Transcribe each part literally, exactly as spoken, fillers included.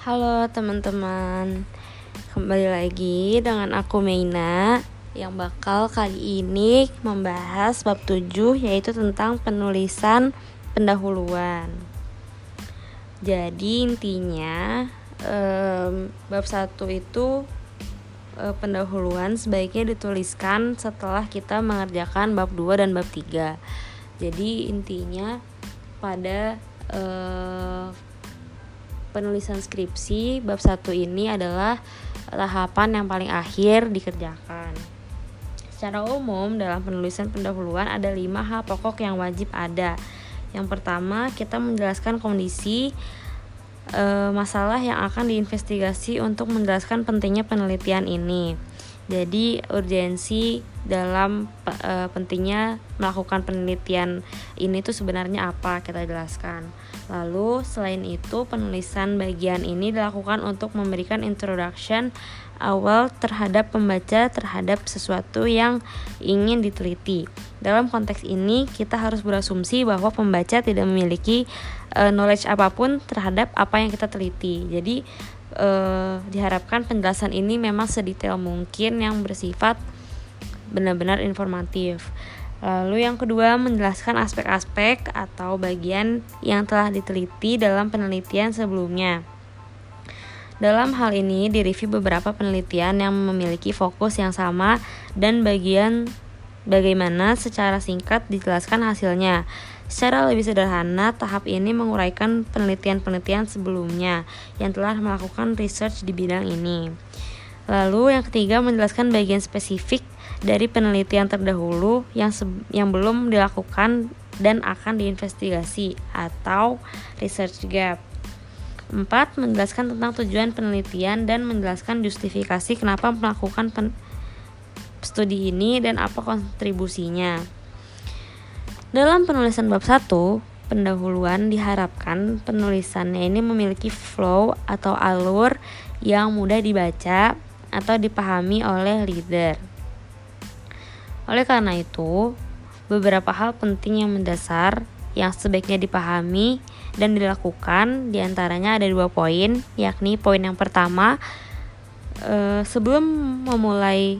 Halo teman-teman, kembali lagi dengan aku Meina yang bakal kali ini membahas bab tujuh, yaitu tentang penulisan pendahuluan. Jadi intinya um, bab satu itu um, pendahuluan sebaiknya dituliskan setelah kita mengerjakan bab dua dan bab tiga. Jadi intinya pada um, penulisan skripsi bab satu ini adalah tahapan yang paling akhir dikerjakan. Secara umum dalam penulisan pendahuluan ada lima hal pokok yang wajib ada. Yang pertama, kita menjelaskan kondisi e, masalah yang akan diinvestigasi untuk menjelaskan pentingnya penelitian ini. Jadi urgensi dalam e, pentingnya melakukan penelitian ini tuh sebenarnya apa, kita jelaskan. Lalu selain itu penulisan bagian ini dilakukan untuk memberikan introduction awal terhadap pembaca terhadap sesuatu yang ingin diteliti. Dalam konteks ini kita harus berasumsi bahwa pembaca tidak memiliki e, knowledge apapun terhadap apa yang kita teliti. Jadi e, diharapkan penjelasan ini memang sedetail mungkin yang bersifat benar-benar informatif. Lalu yang kedua, menjelaskan aspek-aspek atau bagian yang telah diteliti dalam penelitian sebelumnya. Dalam hal ini, direview beberapa penelitian yang memiliki fokus yang sama dan bagian bagaimana secara singkat dijelaskan hasilnya. Secara lebih sederhana, tahap ini menguraikan penelitian-penelitian sebelumnya yang telah melakukan research di bidang ini. Lalu yang ketiga, menjelaskan bagian spesifik dari penelitian terdahulu yang se- yang belum dilakukan dan akan diinvestigasi atau research gap. Empat, menjelaskan tentang tujuan penelitian dan menjelaskan justifikasi kenapa melakukan pen- studi ini dan apa kontribusinya. Dalam penulisan bab satu, pendahuluan diharapkan penulisannya ini memiliki flow atau alur yang mudah dibaca atau dipahami oleh reader. Oleh karena itu, beberapa hal penting yang mendasar yang sebaiknya dipahami dan dilakukan, diantaranya ada dua poin, yakni poin yang pertama, e, sebelum memulai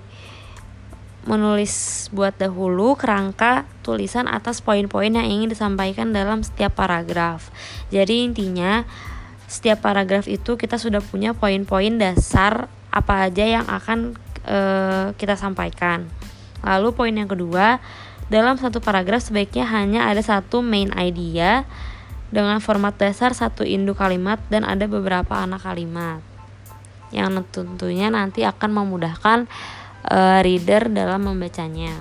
menulis buat dahulu kerangka tulisan atas poin-poin yang ingin disampaikan dalam setiap paragraf. Jadi intinya, setiap paragraf itu kita sudah punya poin-poin dasar apa aja yang akan e, kita sampaikan. Lalu poin yang kedua, dalam satu paragraf sebaiknya hanya ada satu main idea dengan format dasar satu induk kalimat dan ada beberapa anak kalimat yang tentunya nanti akan memudahkan uh, reader dalam membacanya.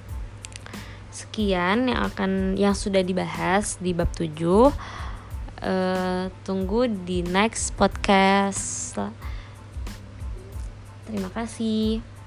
Sekian yang akan yang sudah dibahas di bab tujuh. Uh, tunggu di next podcast. Terima kasih.